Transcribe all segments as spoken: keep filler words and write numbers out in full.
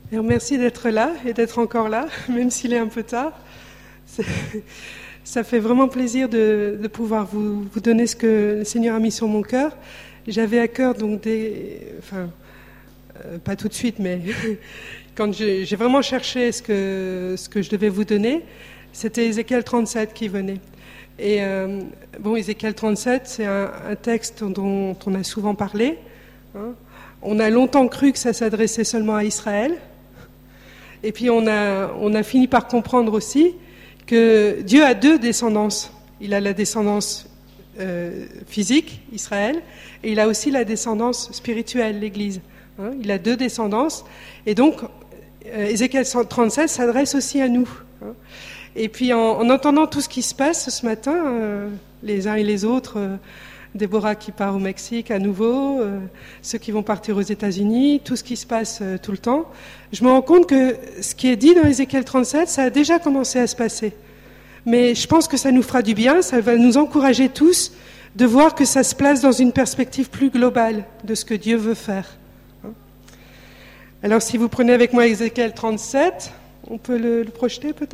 Et merci d'être là et d'être encore là, même s'il est un peu tard. C'est, ça fait vraiment plaisir de, de pouvoir vous, vous donner ce que le Seigneur a mis sur mon cœur. J'avais à cœur, donc, des, enfin, euh, pas tout de suite, mais quand j'ai, j'ai vraiment cherché ce que, ce que je devais vous donner, c'était Ézéchiel trente-sept qui venait. Et euh, bon, Ézéchiel trente-sept, c'est un, un texte dont on a souvent parlé. Hein. On a longtemps cru que ça s'adressait seulement à Israël. Et puis on a, on a fini par comprendre aussi que Dieu a deux descendances. Il a la descendance euh, physique, Israël, et il a aussi la descendance spirituelle, l'Église. Hein, il a deux descendances. Et donc, euh, Ézéchiel trente-sept s'adresse aussi à nous. Hein. Et puis en, en entendant tout ce qui se passe ce matin, euh, les uns et les autres, euh, Déborah qui part au Mexique à nouveau, euh, ceux qui vont partir aux États-Unis, tout ce qui se passe euh, tout le temps, je me rends compte que ce qui est dit dans Ézéchiel trente-sept, ça a déjà commencé à se passer. Mais je pense que ça nous fera du bien, ça va nous encourager tous de voir que ça se place dans une perspective plus globale de ce que Dieu veut faire. Alors si vous prenez avec moi Ézéchiel trente-sept, on peut le, le projeter peut-être ?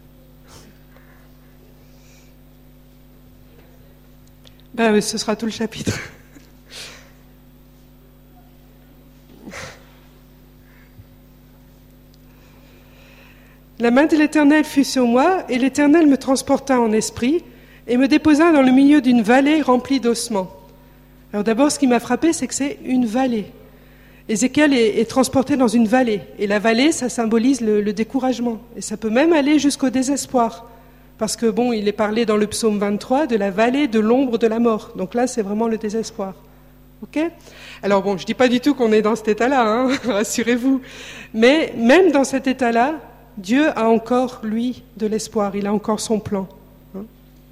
Ben, ce sera tout le chapitre. La main de l'Éternel fut sur moi, et l'Éternel me transporta en esprit, et me déposa dans le milieu d'une vallée remplie d'ossements. Alors d'abord, ce qui m'a frappé, c'est que c'est une vallée. Ézéchiel est, est transporté dans une vallée, et la vallée, ça symbolise le, le découragement, et ça peut même aller jusqu'au désespoir. Parce que, bon, il est parlé dans le psaume vingt-trois de la vallée de l'ombre de la mort. Donc là, c'est vraiment le désespoir. Ok ? Alors bon, je ne dis pas du tout qu'on est dans cet état-là, hein, rassurez-vous. Mais même dans cet état-là, Dieu a encore, lui, de l'espoir. Il a encore son plan. Hein.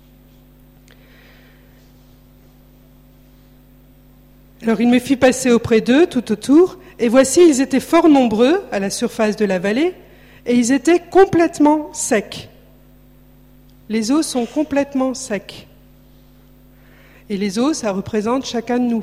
Alors il me fit passer auprès d'eux, tout autour, et voici, ils étaient fort nombreux à la surface de la vallée, et ils étaient complètement secs. Les os sont complètement secs. Et les os, ça représente chacun de nous.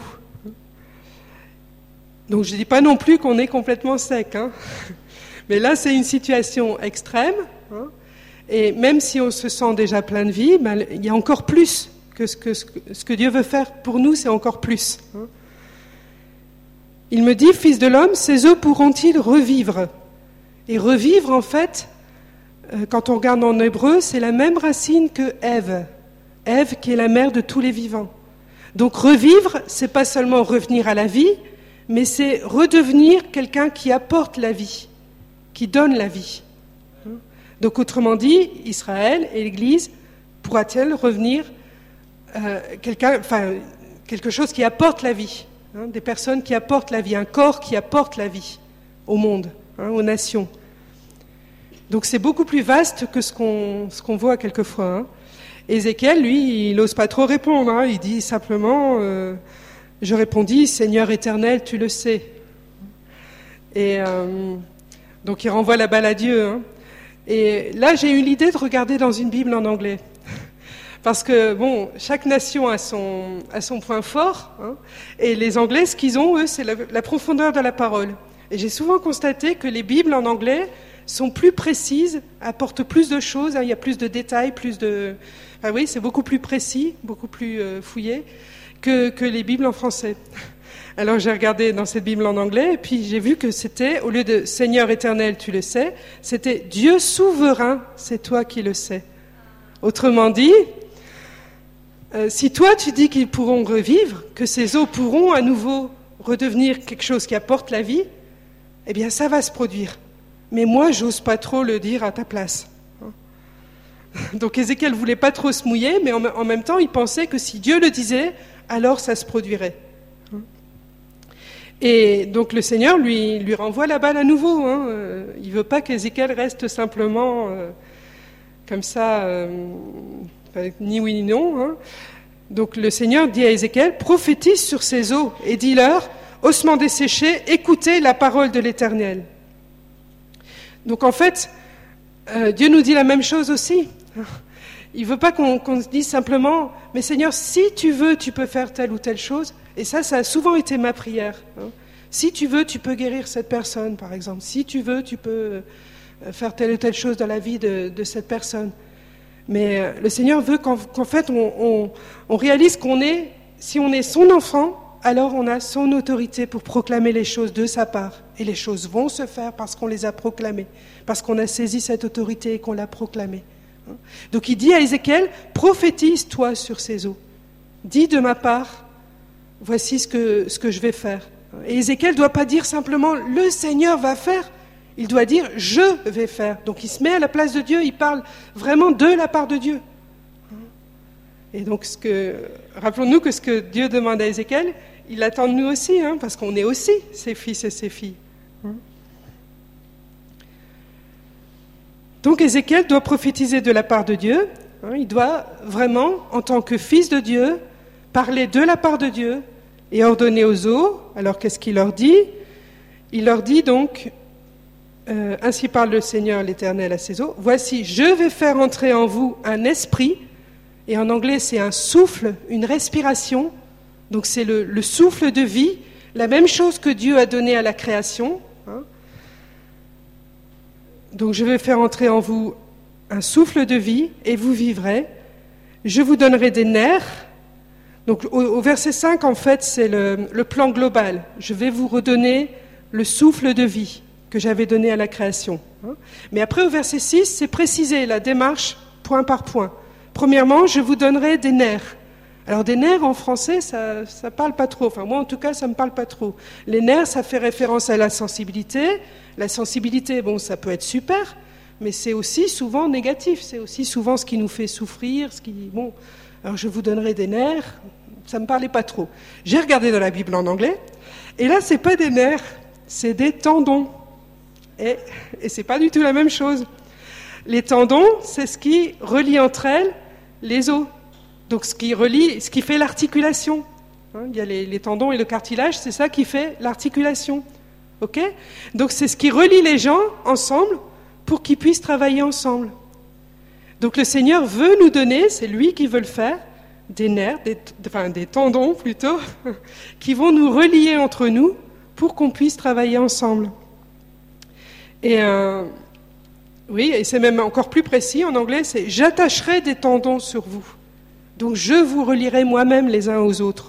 Donc je ne dis pas non plus qu'on est complètement sec. Hein. Mais là, c'est une situation extrême. Hein. Et même si on se sent déjà plein de vie, ben, il y a encore plus que ce que, ce que Dieu veut faire pour nous, c'est encore plus. Hein. Il me dit, fils de l'homme, ces os pourront-ils revivre ? Et revivre, en fait, quand on regarde en hébreu, c'est la même racine que Ève. Ève qui est la mère de tous les vivants. Donc revivre, c'est pas seulement revenir à la vie, mais c'est redevenir quelqu'un qui apporte la vie, qui donne la vie. Donc autrement dit, Israël et l'Église pourra-t-elle revenir euh, quelqu'un, enfin, quelque chose qui apporte la vie, hein, des personnes qui apportent la vie, un corps qui apporte la vie au monde, hein, aux nations. Donc c'est beaucoup plus vaste que ce qu'on, ce qu'on voit quelquefois. Hein. Ézéchiel, lui, il n'ose pas trop répondre. Hein. Il dit simplement, euh, je répondis, Seigneur éternel, tu le sais. Et euh, donc il renvoie la balle à Dieu. Hein. Et là, j'ai eu l'idée de regarder dans une Bible en anglais. Parce que, bon, chaque nation a son, a son point fort. Hein. Et les Anglais, ce qu'ils ont, eux, c'est la, la profondeur de la parole. Et j'ai souvent constaté que les Bibles en anglais sont plus précises, apportent plus de choses, hein, il y a plus de détails, plus de... Ah oui, c'est beaucoup plus précis, beaucoup plus euh, fouillé que, que les Bibles en français. Alors j'ai regardé dans cette Bible en anglais, et puis j'ai vu que c'était, au lieu de « Seigneur éternel, tu le sais », c'était « Dieu souverain, c'est toi qui le sais ». Autrement dit, euh, si toi tu dis qu'ils pourront revivre, que ces eaux pourront à nouveau redevenir quelque chose qui apporte la vie, eh bien ça va se produire. Mais moi, j'ose pas trop le dire à ta place. Donc Ézéchiel voulait pas trop se mouiller, mais en même temps, il pensait que si Dieu le disait, alors ça se produirait. Et donc le Seigneur lui, lui renvoie la balle à nouveau. Hein. Il veut pas qu'Ézéchiel reste simplement euh, comme ça, euh, ni oui ni non. Hein. Donc le Seigneur dit à Ézéchiel, prophétise sur ces eaux et dis-leur, ossements desséchés, écoutez la parole de l'Éternel. Donc en fait, euh, Dieu nous dit la même chose aussi. Il ne veut pas qu'on, qu'on se dise simplement « Mais Seigneur, si tu veux, tu peux faire telle ou telle chose. » Et ça, ça a souvent été ma prière. Hein. Si tu veux, tu peux guérir cette personne, par exemple. Si tu veux, tu peux faire telle ou telle chose dans la vie de, de cette personne. Mais le Seigneur veut qu'en, qu'en fait, on, on, on réalise qu'on est, si on est son enfant, alors on a son autorité pour proclamer les choses de sa part. Et les choses vont se faire parce qu'on les a proclamées, parce qu'on a saisi cette autorité et qu'on l'a proclamée. Donc il dit à Ézéchiel, prophétise-toi sur ces eaux. Dis de ma part, voici ce que, ce que je vais faire. Et Ézéchiel ne doit pas dire simplement, le Seigneur va faire. Il doit dire, je vais faire. Donc il se met à la place de Dieu, il parle vraiment de la part de Dieu. Et donc, ce que, rappelons-nous que ce que Dieu demande à Ézéchiel, il attend de nous aussi, hein, parce qu'on est aussi ses fils et ses filles. Donc Ézéchiel doit prophétiser de la part de Dieu. Hein, il doit vraiment, en tant que fils de Dieu, parler de la part de Dieu et ordonner aux eaux. Alors qu'est-ce qu'il leur dit ? Il leur dit donc, euh, ainsi parle le Seigneur l'Éternel à ses eaux, voici, je vais faire entrer en vous un esprit, et en anglais c'est un souffle, une respiration, donc c'est le, le souffle de vie, la même chose que Dieu a donné à la création. Hein. Donc je vais faire entrer en vous un souffle de vie, et vous vivrez. Je vous donnerai des nerfs. Donc au, au verset cinq, en fait, c'est le, le plan global. Je vais vous redonner le souffle de vie que j'avais donné à la création. Mais après, au verset six, c'est précisé la démarche point par point. Premièrement, je vous donnerai des nerfs. Alors des nerfs, en français, ça ne parle pas trop. Enfin, moi, en tout cas, ça ne me parle pas trop. Les nerfs, ça fait référence à la sensibilité. La sensibilité, bon, ça peut être super, mais c'est aussi souvent négatif. C'est aussi souvent ce qui nous fait souffrir. Ce qui, bon, alors je vous donnerai des nerfs. Ça ne me parlait pas trop. J'ai regardé dans la Bible en anglais, et là, ce n'est pas des nerfs, c'est des tendons. Et, et ce n'est pas du tout la même chose. Les tendons, c'est ce qui relie entre elles les os. Donc ce qui relie, ce qui fait l'articulation. Hein, il y a les, les tendons et le cartilage, c'est ça qui fait l'articulation. Ok ? Donc c'est ce qui relie les gens ensemble pour qu'ils puissent travailler ensemble. Donc le Seigneur veut nous donner, c'est lui qui veut le faire, des nerfs, des, enfin des tendons plutôt, qui vont nous relier entre nous pour qu'on puisse travailler ensemble. Et euh, oui, et c'est même encore plus précis en anglais, c'est « j'attacherai des tendons sur vous ». Donc je vous relierai moi-même les uns aux autres.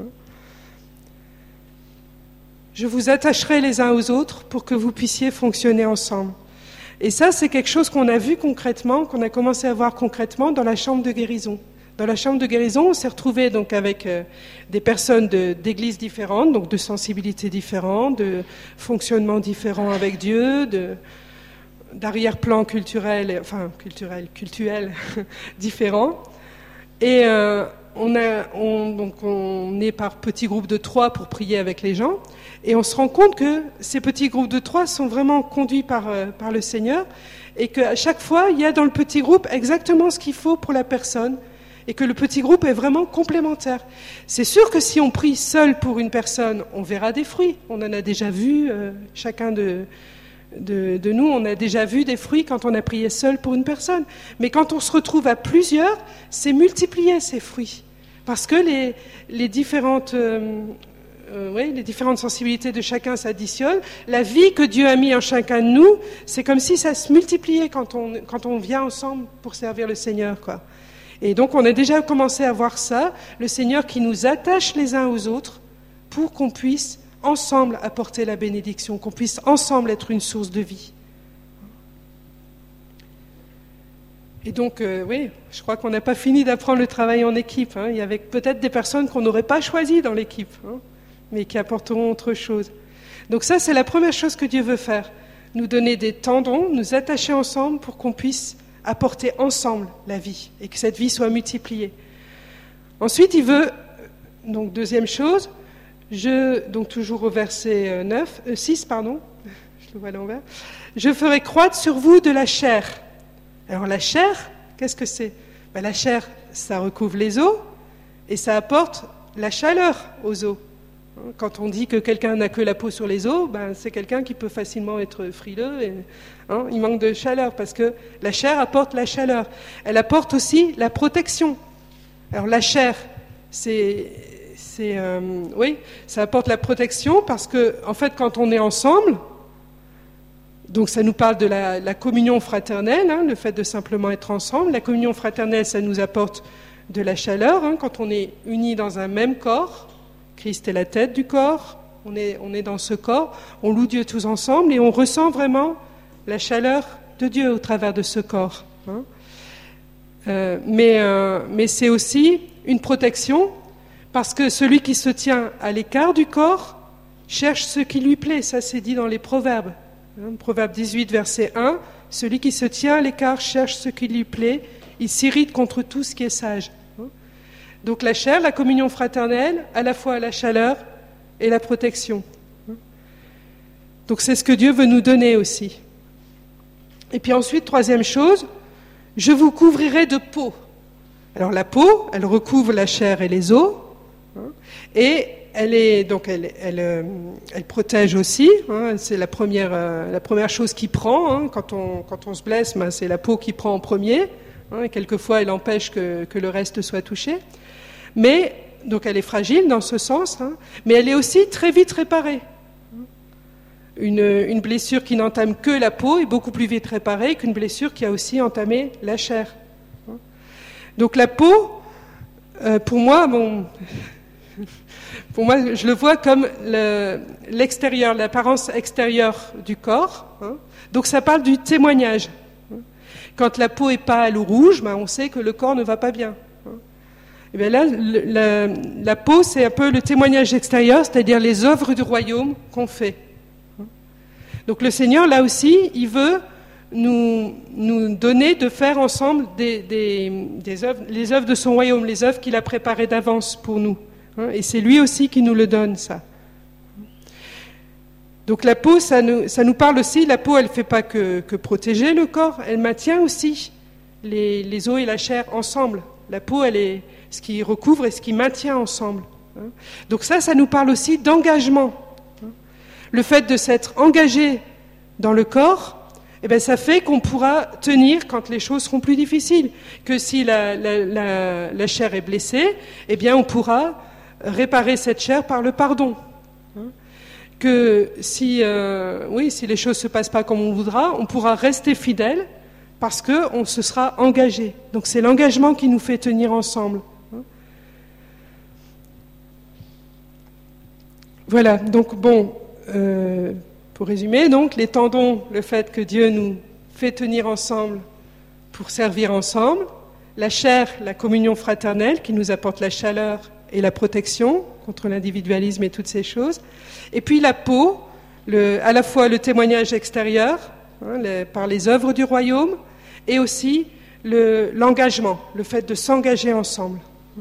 Je vous attacherai les uns aux autres pour que vous puissiez fonctionner ensemble. Et ça, c'est quelque chose qu'on a vu concrètement, qu'on a commencé à voir concrètement dans la chambre de guérison. Dans la chambre de guérison, on s'est retrouvés donc avec euh, des personnes de, d'églises différentes, donc de sensibilités différentes, de fonctionnements différents avec Dieu, de, d'arrière-plan culturel, enfin culturel, cultuel différents. Et euh, on, a, on, donc on est par petits groupes de trois pour prier avec les gens. Et on se rend compte que ces petits groupes de trois sont vraiment conduits par, euh, par le Seigneur et qu'à chaque fois, il y a dans le petit groupe exactement ce qu'il faut pour la personne et que le petit groupe est vraiment complémentaire. C'est sûr que si on prie seul pour une personne, on verra des fruits. On en a déjà vu, euh, chacun de, de, de nous, on a déjà vu des fruits quand on a prié seul pour une personne. Mais quand on se retrouve à plusieurs, c'est multiplier ces fruits. Parce que les, les différentes... Euh, Euh, oui, les différentes sensibilités de chacun s'additionnent. La vie que Dieu a mis en chacun de nous, c'est comme si ça se multipliait quand on, quand on vient ensemble pour servir le Seigneur, quoi. Et donc on a déjà commencé à voir ça, le Seigneur qui nous attache les uns aux autres pour qu'on puisse ensemble apporter la bénédiction, qu'on puisse ensemble être une source de vie. Et donc, euh, oui, je crois qu'on n'a pas fini d'apprendre le travail en équipe. Hein. Il y avait peut-être des personnes qu'on n'aurait pas choisies dans l'équipe, hein, mais qui apporteront autre chose. Donc ça, c'est la première chose que Dieu veut faire, nous donner des tendons, nous attacher ensemble pour qu'on puisse apporter ensemble la vie et que cette vie soit multipliée. Ensuite, il veut, donc deuxième chose, je, donc toujours au verset neuf, euh, six, pardon, je le vois à l'envers, je ferai croître sur vous de la chair. Alors la chair, qu'est-ce que c'est ? Ben, la chair, ça recouvre les os et ça apporte la chaleur aux os. Quand on dit que quelqu'un n'a que la peau sur les os, ben, c'est quelqu'un qui peut facilement être frileux. Et, hein, il manque de chaleur parce que la chair apporte la chaleur. Elle apporte aussi la protection. Alors la chair, c'est, c'est, euh, oui, ça apporte la protection parce que, en fait, quand on est ensemble, donc ça nous parle de la, la communion fraternelle, hein, le fait de simplement être ensemble. La communion fraternelle, ça nous apporte de la chaleur, hein, quand on est unis dans un même corps. Christ est la tête du corps, on est, on est dans ce corps, on loue Dieu tous ensemble et on ressent vraiment la chaleur de Dieu au travers de ce corps. Hein. Euh, mais, euh, mais c'est aussi une protection parce que celui qui se tient à l'écart du corps cherche ce qui lui plaît. Ça, c'est dit dans les Proverbes. Hein, Proverbe dix-huit, verset un, « Celui qui se tient à l'écart cherche ce qui lui plaît, il s'irrite contre tout ce qui est sage. » Donc la chair, la communion fraternelle, à la fois la chaleur et la protection. Donc c'est ce que Dieu veut nous donner aussi. Et puis ensuite, troisième chose, « Je vous couvrirai de peau. » Alors la peau, elle recouvre la chair et les os, hein, et elle est donc elle, elle, euh, elle protège aussi. Hein, c'est la première euh, la première chose qui prend hein, quand on quand on se blesse, ben, c'est la peau qui prend en premier. Hein, et quelquefois, elle empêche que que le reste soit touché. Mais donc elle est fragile dans ce sens, hein, mais elle est aussi très vite réparée. Une, une blessure qui n'entame que la peau est beaucoup plus vite réparée qu'une blessure qui a aussi entamé la chair. Donc la peau, euh, pour moi, bon, pour moi, je le vois comme le, l'extérieur, l'apparence extérieure du corps. Hein. Donc ça parle du témoignage. Quand la peau est pâle ou rouge, ben on sait que le corps ne va pas bien. Et bien là, le, la, la peau, c'est un peu le témoignage extérieur, c'est-à-dire les œuvres du royaume qu'on fait. Donc le Seigneur, là aussi, il veut nous, nous donner de faire ensemble des, des, des œuvres, les œuvres de son royaume, les œuvres qu'il a préparées d'avance pour nous. Et c'est lui aussi qui nous le donne, ça. Donc la peau, ça nous, ça nous parle aussi, la peau, elle ne fait pas que, que protéger le corps, elle maintient aussi les, les os et la chair ensemble. La peau, elle est ce qui recouvre et ce qui maintient ensemble. Donc ça, ça nous parle aussi d'engagement. Le fait de s'être engagé dans le corps, eh bien, ça fait qu'on pourra tenir quand les choses seront plus difficiles. Que si la, la, la, la chair est blessée, eh bien, on pourra réparer cette chair par le pardon. Que si, euh, oui, si les choses ne se passent pas comme on voudra, on pourra rester fidèle parce qu'on se sera engagé. Donc c'est l'engagement qui nous fait tenir ensemble. Voilà, donc bon... Euh, pour résumer, donc, les tendons, le fait que Dieu nous fait tenir ensemble pour servir ensemble, la chair, la communion fraternelle qui nous apporte la chaleur et la protection contre l'individualisme et toutes ces choses, et puis la peau, le, à la fois le témoignage extérieur hein, les, par les œuvres du royaume et aussi le, l'engagement, le fait de s'engager ensemble.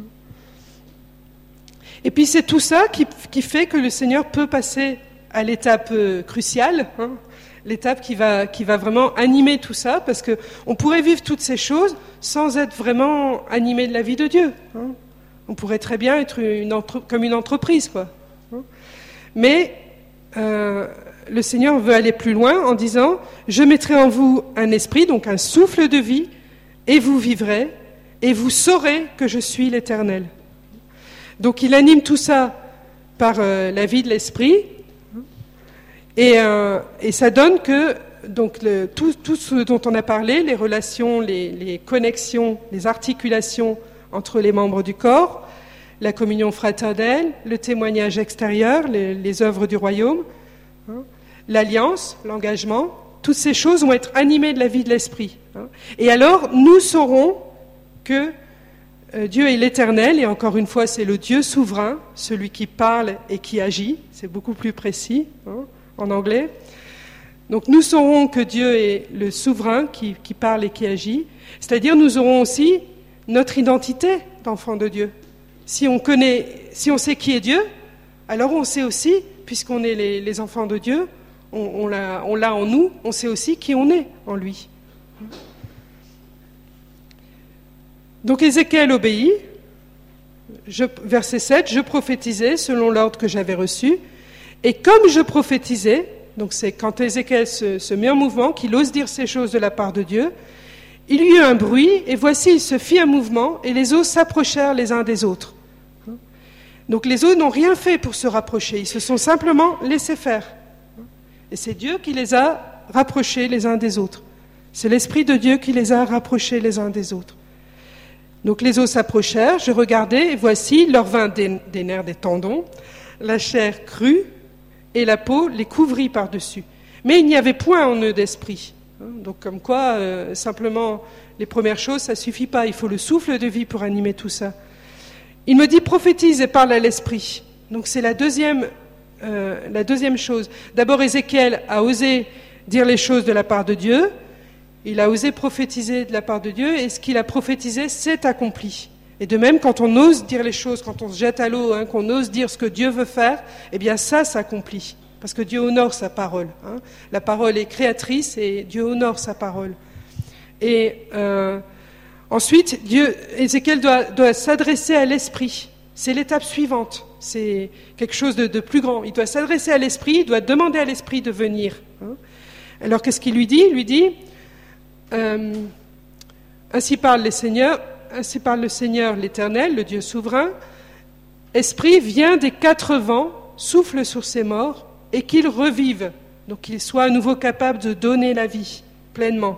Et puis c'est tout ça qui, qui fait que le Seigneur peut passer à l'étape euh, cruciale, hein, l'étape qui va, qui va vraiment animer tout ça, parce qu'on pourrait vivre toutes ces choses sans être vraiment animé de la vie de Dieu. Hein. On pourrait très bien être une entre, comme une entreprise, quoi. Hein. Mais euh, le Seigneur veut aller plus loin en disant « Je mettrai en vous un esprit, donc un souffle de vie, et vous vivrez, et vous saurez que je suis l'Éternel. » Donc il anime tout ça par euh, la vie de l'esprit, Et, euh, et ça donne que donc le, tout, tout ce dont on a parlé, les relations, les, les connexions, les articulations entre les membres du corps, la communion fraternelle, le témoignage extérieur, les, les œuvres du royaume, hein, l'alliance, l'engagement, toutes ces choses vont être animées de la vie de l'esprit. Hein. Et alors, nous saurons que euh, Dieu est l'Éternel, et encore une fois, c'est le Dieu souverain, celui qui parle et qui agit, c'est beaucoup plus précis, hein, en anglais. Donc nous saurons que Dieu est le souverain qui, qui parle et qui agit, c'est-à-dire nous aurons aussi notre identité d'enfant de Dieu. Si on connaît, si on sait qui est Dieu, alors on sait aussi, puisqu'on est les, les enfants de Dieu, on, on, l'a, on l'a en nous, on sait aussi qui on est en lui. Donc Ézéchiel obéit, je, verset sept, « Je prophétisais selon l'ordre que j'avais reçu, et comme je prophétisais, donc c'est quand Ézéchiel se, se met en mouvement, qu'il ose dire ces choses de la part de Dieu, il y eut un bruit, et voici, il se fit un mouvement, et les eaux s'approchèrent les uns des autres. » Donc les os n'ont rien fait pour se rapprocher, ils se sont simplement laissés faire. Et c'est Dieu qui les a rapprochés les uns des autres. C'est l'Esprit de Dieu qui les a rapprochés les uns des autres. Donc les os s'approchèrent, je regardais, et voici, leur vint des, des nerfs, des tendons, la chair crue, et la peau les couvrit par-dessus. Mais il n'y avait point en eux d'esprit. Donc comme quoi, euh, simplement, les premières choses, ça ne suffit pas. Il faut le souffle de vie pour animer tout ça. Il me dit, prophétise et parle à l'esprit. Donc c'est la deuxième, euh, la deuxième chose. D'abord, Ézéchiel a osé dire les choses de la part de Dieu. Il a osé prophétiser de la part de Dieu, et ce qu'il a prophétisé s'est accompli. Et de même, quand on ose dire les choses, quand on se jette à l'eau, hein, qu'on ose dire ce que Dieu veut faire, eh bien ça s'accomplit. Parce que Dieu honore sa parole. Hein. La parole est créatrice et Dieu honore sa parole. Et euh, ensuite, Dieu, Ézéchiel doit, doit s'adresser à l'esprit. C'est l'étape suivante. C'est quelque chose de, de plus grand. Il doit s'adresser à l'esprit, il doit demander à l'esprit de venir. Hein. Alors qu'est-ce qu'il lui dit ? Il lui dit, euh, ainsi parle les seigneurs, ainsi parle le Seigneur l'Éternel, le Dieu souverain. Esprit, viens des quatre vents, souffle sur ces morts, et qu'ils revivent, donc qu'ils soient à nouveau capables de donner la vie pleinement.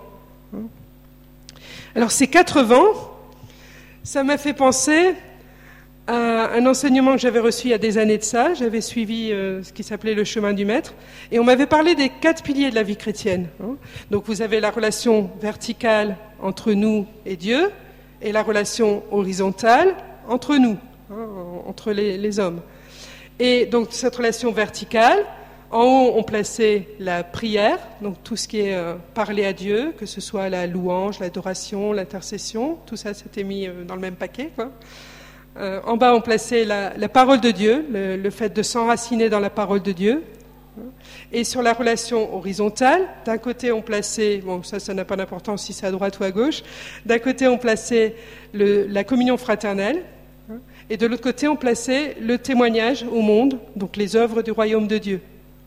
Alors ces quatre vents, ça m'a fait penser à un enseignement que j'avais reçu il y a des années de ça. J'avais suivi euh, ce qui s'appelait le chemin du maître, et on m'avait parlé des quatre piliers de la vie chrétienne. Donc vous avez la relation verticale entre nous et Dieu, et la relation horizontale entre nous, hein, entre les, les hommes. Et donc cette relation verticale, en haut on plaçait la prière, donc tout ce qui est euh, parler à Dieu, que ce soit la louange, l'adoration, l'intercession, tout ça c'était mis euh, dans le même paquet, quoi. Euh, en bas on plaçait la, la parole de Dieu, le, le fait de s'enraciner dans la parole de Dieu. Et sur la relation horizontale, d'un côté on plaçait, bon ça ça n'a pas d'importance si c'est à droite ou à gauche, d'un côté on plaçait le, la communion fraternelle, et de l'autre côté on plaçait le témoignage au monde, donc les œuvres du royaume de Dieu.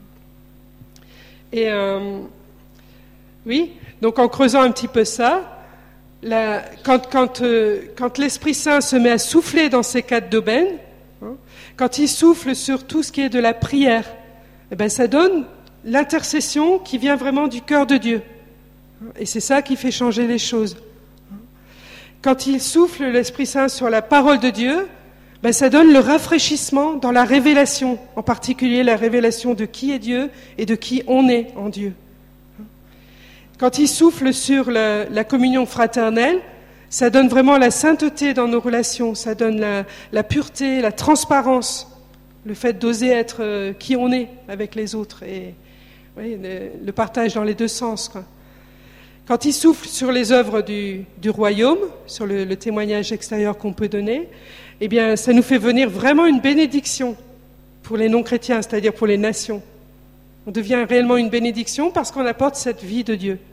Et euh, oui, donc en creusant un petit peu ça, la, quand, quand, euh, quand l'Esprit Saint se met à souffler dans ces quatre domaines, hein, quand il souffle sur tout ce qui est de la prière, eh ben, ça donne l'intercession qui vient vraiment du cœur de Dieu. Et c'est ça qui fait changer les choses. Quand il souffle l'Esprit Saint sur la parole de Dieu, ben, ça donne le rafraîchissement dans la révélation, en particulier la révélation de qui est Dieu et de qui on est en Dieu. Quand il souffle sur la, la communion fraternelle, ça donne vraiment la sainteté dans nos relations, ça donne la, la pureté, la transparence. Le fait d'oser être euh, qui on est avec les autres et oui, le, le partage dans les deux sens, quoi. Quand il souffle sur les œuvres du, du royaume, sur le, le témoignage extérieur qu'on peut donner, eh bien, ça nous fait venir vraiment une bénédiction pour les non-chrétiens, c'est-à-dire pour les nations. On devient réellement une bénédiction parce qu'on apporte cette vie de Dieu.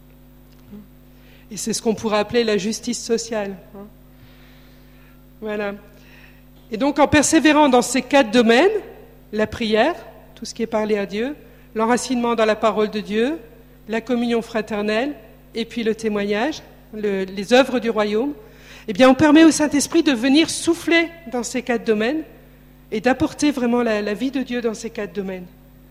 Et c'est ce qu'on pourrait appeler la justice sociale. Voilà. Et donc, en persévérant dans ces quatre domaines, la prière, tout ce qui est parlé à Dieu, l'enracinement dans la parole de Dieu, la communion fraternelle, et puis le témoignage, le, les œuvres du royaume, eh bien, on permet au Saint-Esprit de venir souffler dans ces quatre domaines et d'apporter vraiment la, la vie de Dieu dans ces quatre domaines.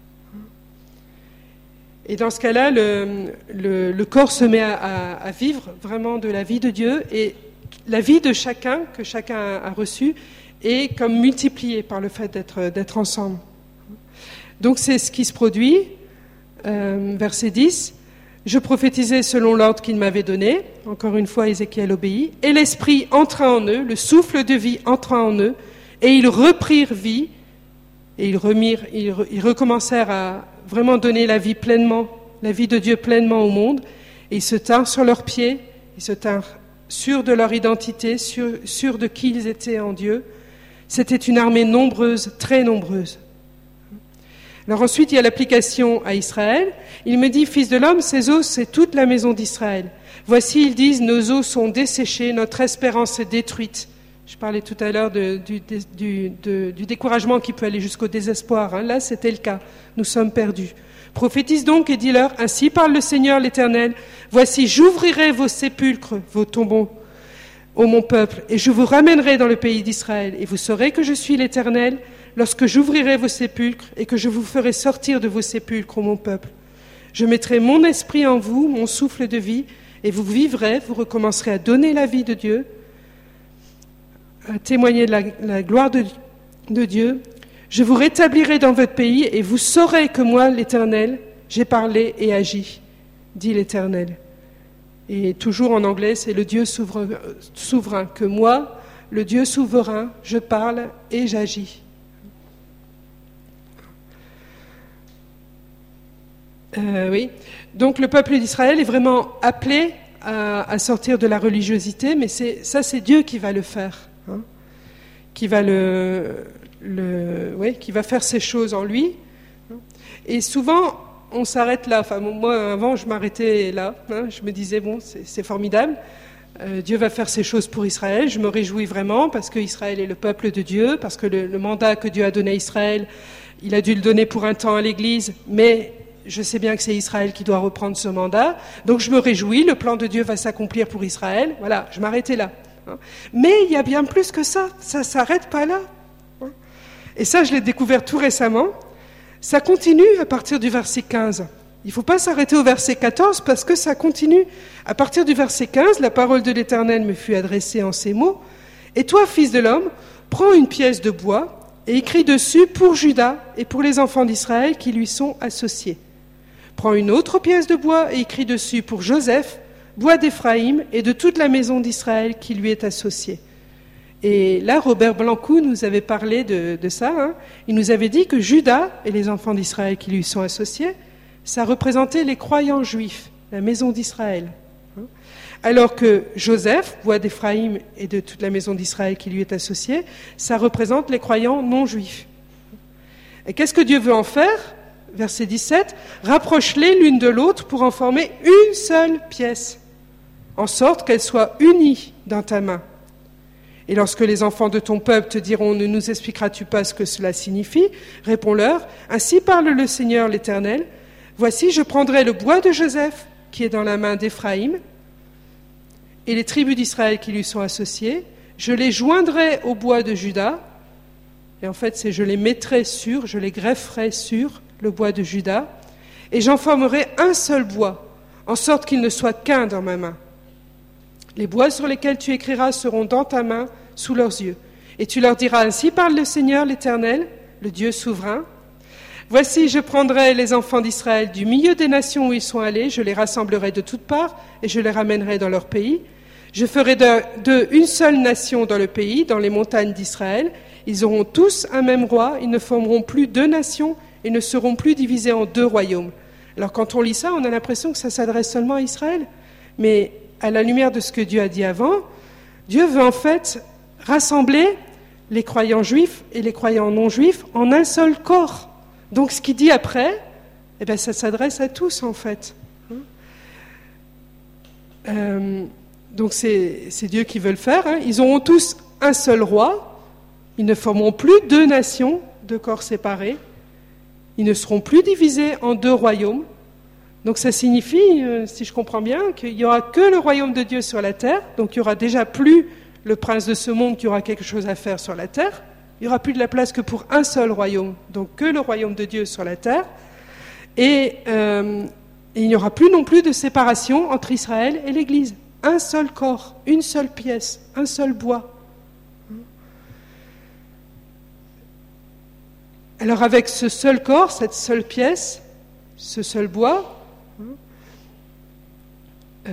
Et dans ce cas-là, le, le, le corps se met à, à, à vivre vraiment de la vie de Dieu, et la vie de chacun, que chacun a, a reçue, est comme multipliée par le fait d'être, d'être ensemble. Donc c'est ce qui se produit, euh, verset dix. Je prophétisais selon l'ordre qu'il m'avait donné. Encore une fois, Ézéchiel obéit. Et l'esprit entra en eux, le souffle de vie entra en eux, et ils reprirent vie, et ils, remirent, ils, re, ils recommencèrent à vraiment donner la vie pleinement, la vie de Dieu pleinement au monde. Et ils se tinrent sur leurs pieds, ils se tinrent sûrs de leur identité, sûrs, sûrs de qui ils étaient en Dieu. C'était une armée nombreuse, très nombreuse. Alors ensuite, il y a l'application à Israël. Il me dit, fils de l'homme, ces os, c'est toute la maison d'Israël. Voici, ils disent, nos os sont desséchés, notre espérance est détruite. Je parlais tout à l'heure de, du, du, de, du découragement qui peut aller jusqu'au désespoir. Hein. Là, c'était le cas. Nous sommes perdus. Prophétise donc et dis-leur, ainsi parle le Seigneur l'Éternel. Voici, j'ouvrirai vos sépulcres, vos tombeaux. ô mon peuple, et je vous ramènerai dans le pays d'Israël, et vous saurez que je suis l'Éternel, lorsque j'ouvrirai vos sépulcres, et que je vous ferai sortir de vos sépulcres, ô mon peuple. Je mettrai mon esprit en vous, mon souffle de vie, et vous vivrez, vous recommencerez à donner la vie de Dieu, à témoigner de la, la gloire de, de Dieu. Je vous rétablirai dans votre pays, et vous saurez que moi, l'Éternel, j'ai parlé et agi, dit l'Éternel. Et toujours en anglais, c'est le Dieu souverain, souverain, que moi, le Dieu souverain, je parle et j'agis. Euh, oui. Donc le peuple d'Israël est vraiment appelé à, à sortir de la religiosité, mais c'est, ça c'est Dieu qui va le faire, hein, qui va le, le, oui, qui va faire ces choses en lui. Et souvent, on s'arrête là. Enfin, moi, avant, je m'arrêtais là. Hein, je me disais, bon, c'est, c'est formidable. Euh, Dieu va faire ces choses pour Israël. Je me réjouis vraiment parce qu'Israël est le peuple de Dieu, parce que le, le mandat que Dieu a donné à Israël, il a dû le donner pour un temps à l'Église, mais je sais bien que c'est Israël qui doit reprendre ce mandat. Donc, je me réjouis. Le plan de Dieu va s'accomplir pour Israël. Voilà, je m'arrêtais là. Hein. Mais il y a bien plus que ça. Ça ne s'arrête pas là. Hein. Et ça, je l'ai découvert tout récemment. Ça continue à partir du verset quinze. Il ne faut pas s'arrêter au verset quatorze parce que ça continue. À partir du verset quinze, la parole de l'Éternel me fut adressée en ces mots. « Et toi, fils de l'homme, prends une pièce de bois et écris dessus pour Juda et pour les enfants d'Israël qui lui sont associés. Prends une autre pièce de bois et écris dessus pour Joseph, bois d'Éphraïm et de toute la maison d'Israël qui lui est associée. » Et là, Robert Blancou nous avait parlé de, de ça. Hein. Il nous avait dit que Judas et les enfants d'Israël qui lui sont associés, ça représentait les croyants juifs, la maison d'Israël. Hein. Alors que Joseph, bois d'Éphraïm et de toute la maison d'Israël qui lui est associée, ça représente les croyants non juifs. Et qu'est-ce que Dieu veut en faire ? Verset dix-sept, « Rapproche-les l'une de l'autre pour en former une seule pièce, en sorte qu'elles soient unies dans ta main. Et lorsque les enfants de ton peuple te diront « Ne nous expliqueras-tu pas ce que cela signifie ?» Réponds-leur « Ainsi parle le Seigneur l'Éternel. Voici, je prendrai le bois de Joseph, qui est dans la main d'Éphraïm, et les tribus d'Israël qui lui sont associées. Je les joindrai au bois de Juda. » Et en fait, c'est « je les mettrai sur, je les grefferai sur le bois de Juda. Et j'en formerai un seul bois, en sorte qu'il ne soit qu'un dans ma main. Les bois sur lesquels tu écriras seront dans ta main, sous leurs yeux. Et tu leur diras, ainsi parle le Seigneur l'Éternel, le Dieu souverain. Voici, je prendrai les enfants d'Israël du milieu des nations où ils sont allés, je les rassemblerai de toutes parts et je les ramènerai dans leur pays. Je ferai d'eux une seule nation dans le pays, dans les montagnes d'Israël. Ils auront tous un même roi, ils ne formeront plus deux nations et ne seront plus divisés en deux royaumes. Alors quand on lit ça, on a l'impression que ça s'adresse seulement à Israël. Mais à la lumière de ce que Dieu a dit avant, Dieu veut en fait rassembler les croyants juifs et les croyants non juifs en un seul corps. Donc ce qu'il dit après, eh bien, ça s'adresse à tous en fait. Euh, donc c'est, c'est Dieu qui veut le faire. Hein. Ils auront tous un seul roi, ils ne formeront plus deux nations, deux corps séparés, ils ne seront plus divisés en deux royaumes. Donc ça signifie, euh, si je comprends bien, qu'il n'y aura que le royaume de Dieu sur la terre, donc il n'y aura déjà plus le prince de ce monde qui aura quelque chose à faire sur la terre, il n'y aura plus de la place que pour un seul royaume, donc que le royaume de Dieu sur la terre, et, euh, et il n'y aura plus non plus de séparation entre Israël et l'Église. Un seul corps, une seule pièce, un seul bois. Alors avec ce seul corps, cette seule pièce, ce seul bois, Euh,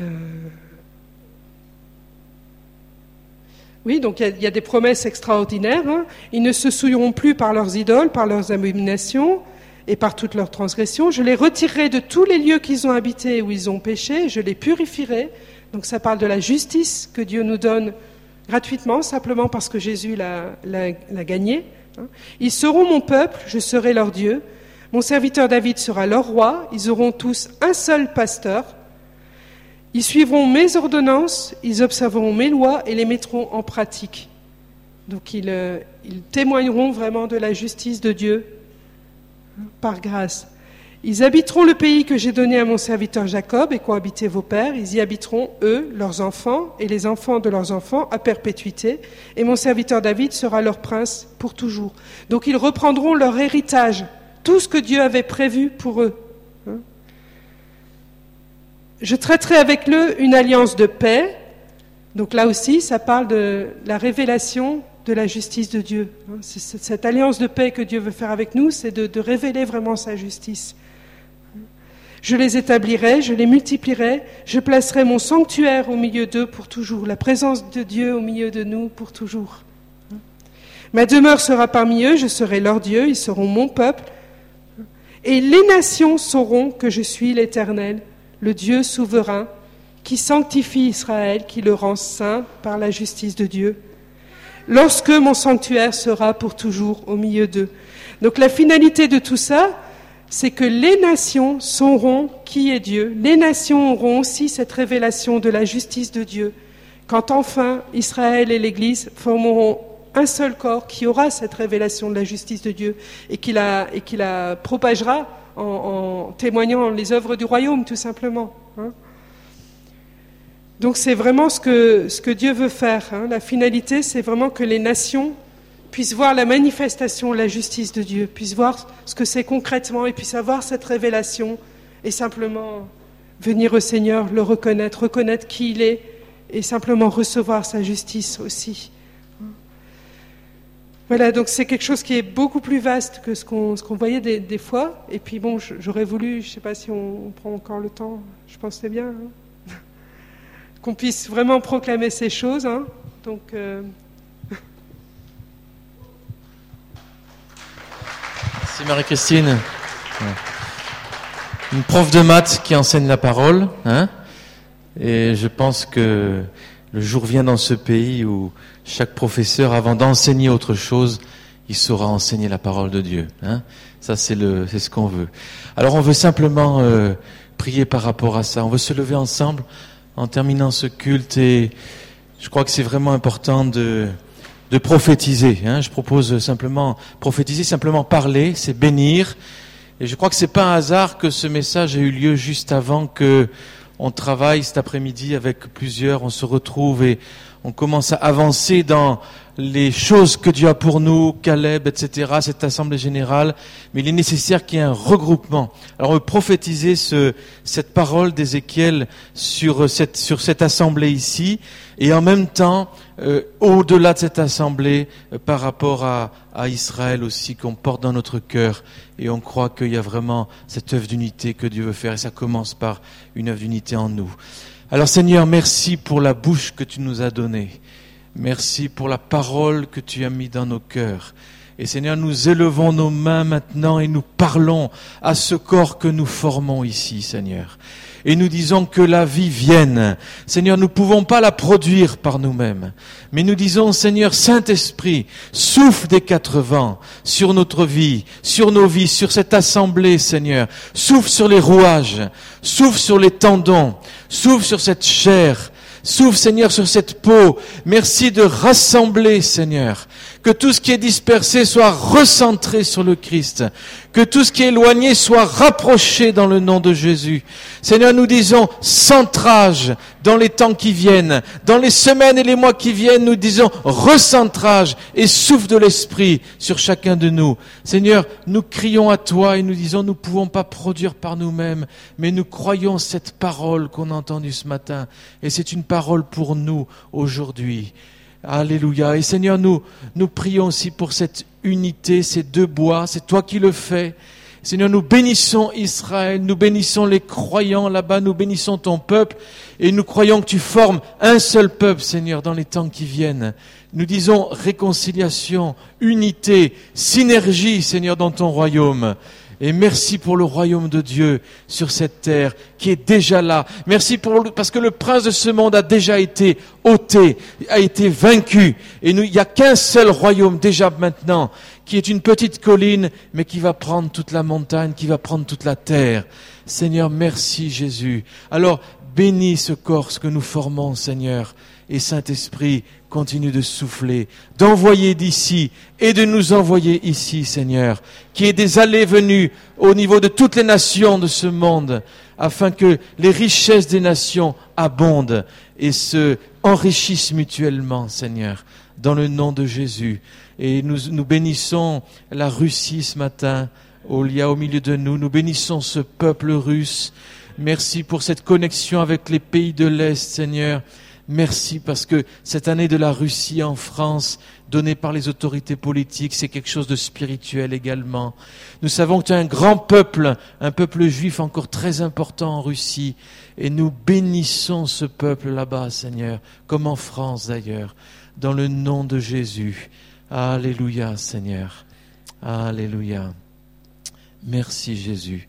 oui, donc il y, y a des promesses extraordinaires. Hein. Ils ne se souilleront plus par leurs idoles, par leurs abominations et par toutes leurs transgressions. Je les retirerai de tous les lieux qu'ils ont habités où ils ont péché. Je les purifierai. Donc ça parle de la justice que Dieu nous donne gratuitement, simplement parce que Jésus l'a, l'a, l'a gagné. Hein. Ils seront mon peuple, je serai leur Dieu. Mon serviteur David sera leur roi. Ils auront tous un seul pasteur. Ils suivront mes ordonnances, ils observeront mes lois et les mettront en pratique. Donc ils, euh, ils témoigneront vraiment de la justice de Dieu, hein, par grâce. Ils habiteront le pays que j'ai donné à mon serviteur Jacob et qu'ont habité vos pères. Ils y habiteront, eux, leurs enfants et les enfants de leurs enfants à perpétuité. Et mon serviteur David sera leur prince pour toujours. Donc ils reprendront leur héritage, tout ce que Dieu avait prévu pour eux. Je traiterai avec eux une alliance de paix. Donc là aussi, ça parle de la révélation de la justice de Dieu. C'est cette alliance de paix que Dieu veut faire avec nous, c'est de, de révéler vraiment sa justice. Je les établirai, je les multiplierai, je placerai mon sanctuaire au milieu d'eux pour toujours, la présence de Dieu au milieu de nous pour toujours. Ma demeure sera parmi eux, je serai leur Dieu, ils seront mon peuple. Et les nations sauront que je suis l'Éternel, le Dieu souverain, qui sanctifie Israël, qui le rend saint par la justice de Dieu, lorsque mon sanctuaire sera pour toujours au milieu d'eux. Donc la finalité de tout ça, c'est que les nations sauront qui est Dieu. Les nations auront aussi cette révélation de la justice de Dieu, quand enfin Israël et l'Église formeront un seul corps qui aura cette révélation de la justice de Dieu et qui la, et qui la propagera en, en témoignant les œuvres du royaume, tout simplement. Hein. Donc c'est vraiment ce que, ce que Dieu veut faire. Hein. La finalité, c'est vraiment que les nations puissent voir la manifestation de la justice de Dieu, puissent voir ce que c'est concrètement et puissent avoir cette révélation et simplement venir au Seigneur, le reconnaître, reconnaître qui il est et simplement recevoir sa justice aussi. Voilà, donc c'est quelque chose qui est beaucoup plus vaste que ce qu'on, ce qu'on voyait des, des fois. Et puis bon, j'aurais voulu, je ne sais pas si on, on prend encore le temps, je pense que c'est bien, hein, qu'on puisse vraiment proclamer ces choses. Hein. Donc... Euh... Merci Marie-Christine. Une prof de maths qui enseigne la parole, hein, et je pense que le jour vient dans ce pays où chaque professeur, avant d'enseigner autre chose, il saura enseigner la parole de Dieu. Hein. Ça, c'est le, c'est ce qu'on veut. Alors, on veut simplement euh, prier par rapport à ça. On veut se lever ensemble en terminant ce culte, et je crois que c'est vraiment important de de prophétiser. Hein. Je propose simplement prophétiser, simplement parler, c'est bénir. Et je crois que c'est pas un hasard que ce message ait eu lieu juste avant que on travaille cet après-midi avec plusieurs, on se retrouve et on commence à avancer dans les choses que Dieu a pour nous, Caleb, et cetera, cette assemblée générale. Mais il est nécessaire qu'il y ait un regroupement. Alors on veut prophétiser ce, cette parole d'Ézéchiel sur cette, sur cette assemblée ici, et en même temps, euh, au-delà de cette assemblée, euh, par rapport à, à Israël aussi, qu'on porte dans notre cœur. Et on croit qu'il y a vraiment cette œuvre d'unité que Dieu veut faire, et ça commence par une œuvre d'unité en nous. Alors Seigneur, merci pour la bouche que tu nous as donnée. Merci pour la parole que tu as mis dans nos cœurs. Et Seigneur, nous élevons nos mains maintenant et nous parlons à ce corps que nous formons ici, Seigneur. Et nous disons que la vie vienne. Seigneur, nous ne pouvons pas la produire par nous-mêmes. Mais nous disons, Seigneur, Saint-Esprit, souffle des quatre vents sur notre vie, sur nos vies, sur cette assemblée, Seigneur. Souffle sur les rouages, souffle sur les tendons, souffle sur cette chair. Souffle, Seigneur, sur cette peau. Merci de rassembler, Seigneur. Que tout ce qui est dispersé soit recentré sur le Christ. Que tout ce qui est éloigné soit rapproché dans le nom de Jésus. Seigneur, nous disons centrage dans les temps qui viennent. Dans les semaines et les mois qui viennent, nous disons recentrage et souffle de l'Esprit sur chacun de nous. Seigneur, nous crions à toi et nous disons, nous ne pouvons pas produire par nous-mêmes, mais nous croyons cette parole qu'on a entendue ce matin. Et c'est une parole pour nous aujourd'hui. Alléluia. Et Seigneur, nous, nous prions aussi pour cette unité, ces deux bois. C'est toi qui le fais. Seigneur, nous bénissons Israël, nous bénissons les croyants là-bas, nous bénissons ton peuple et nous croyons que tu formes un seul peuple, Seigneur, dans les temps qui viennent. Nous disons réconciliation, unité, synergie, Seigneur, dans ton royaume. Et merci pour le royaume de Dieu sur cette terre qui est déjà là. Merci pour, parce que le prince de ce monde a déjà été ôté, a été vaincu. Et nous, il n'y a qu'un seul royaume déjà maintenant, qui est une petite colline, mais qui va prendre toute la montagne, qui va prendre toute la terre. Seigneur, merci Jésus. Alors, bénis ce corps que nous formons, Seigneur. Et Saint-Esprit, continue de souffler, d'envoyer d'ici et de nous envoyer ici, Seigneur. Qu'il y ait des allées-venues au niveau de toutes les nations de ce monde, afin que les richesses des nations abondent et se enrichissent mutuellement, Seigneur, dans le nom de Jésus. Et nous, nous bénissons la Russie ce matin, il y a au milieu de nous, nous bénissons ce peuple russe. Merci pour cette connexion avec les pays de l'Est, Seigneur. Merci parce que cette année de la Russie en France, donnée par les autorités politiques, c'est quelque chose de spirituel également. Nous savons que tu as un grand peuple, un peuple juif encore très important en Russie. Et nous bénissons ce peuple là-bas, Seigneur, comme en France d'ailleurs, dans le nom de Jésus. Alléluia, Seigneur. Alléluia. Merci, Jésus.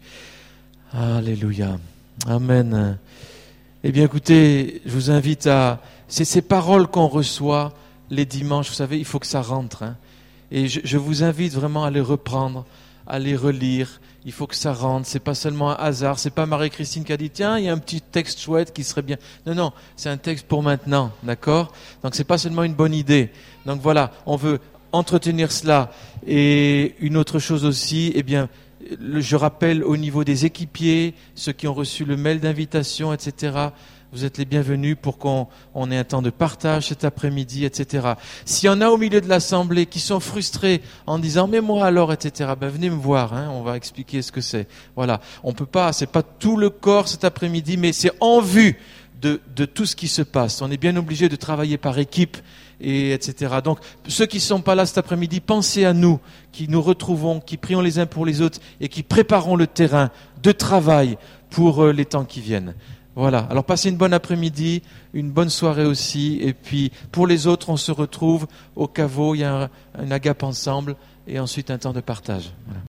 Alléluia. Amen. Eh bien, écoutez, je vous invite à... C'est ces paroles qu'on reçoit les dimanches, vous savez, il faut que ça rentre. Hein. Et je, je vous invite vraiment à les reprendre, à les relire. Il faut que ça rentre. C'est pas seulement un hasard. C'est pas Marie-Christine qui a dit, tiens, il y a un petit texte chouette qui serait bien. Non, non, c'est un texte pour maintenant, d'accord ? Donc, c'est pas seulement une bonne idée. Donc, voilà, on veut entretenir cela. Et une autre chose aussi, eh bien... Je rappelle au niveau des équipiers, ceux qui ont reçu le mail d'invitation, et cetera. Vous êtes les bienvenus pour qu'on on ait un temps de partage cet après-midi, et cetera. S'il y en a au milieu de l'assemblée qui sont frustrés en disant mais moi alors, et cetera. Ben venez me voir, hein, on va expliquer ce que c'est. Voilà, on peut pas, c'est pas tout le corps cet après-midi, mais c'est en vue de, de tout ce qui se passe. On est bien obligé de travailler par équipe. Et etc. Donc, ceux qui ne sont pas là cet après-midi, pensez à nous, qui nous retrouvons, qui prions les uns pour les autres et qui préparons le terrain de travail pour les temps qui viennent. Voilà. Alors, passez une bonne après-midi, une bonne soirée aussi. Et puis, pour les autres, on se retrouve au caveau. Il y a un, un agape ensemble et ensuite un temps de partage. Voilà.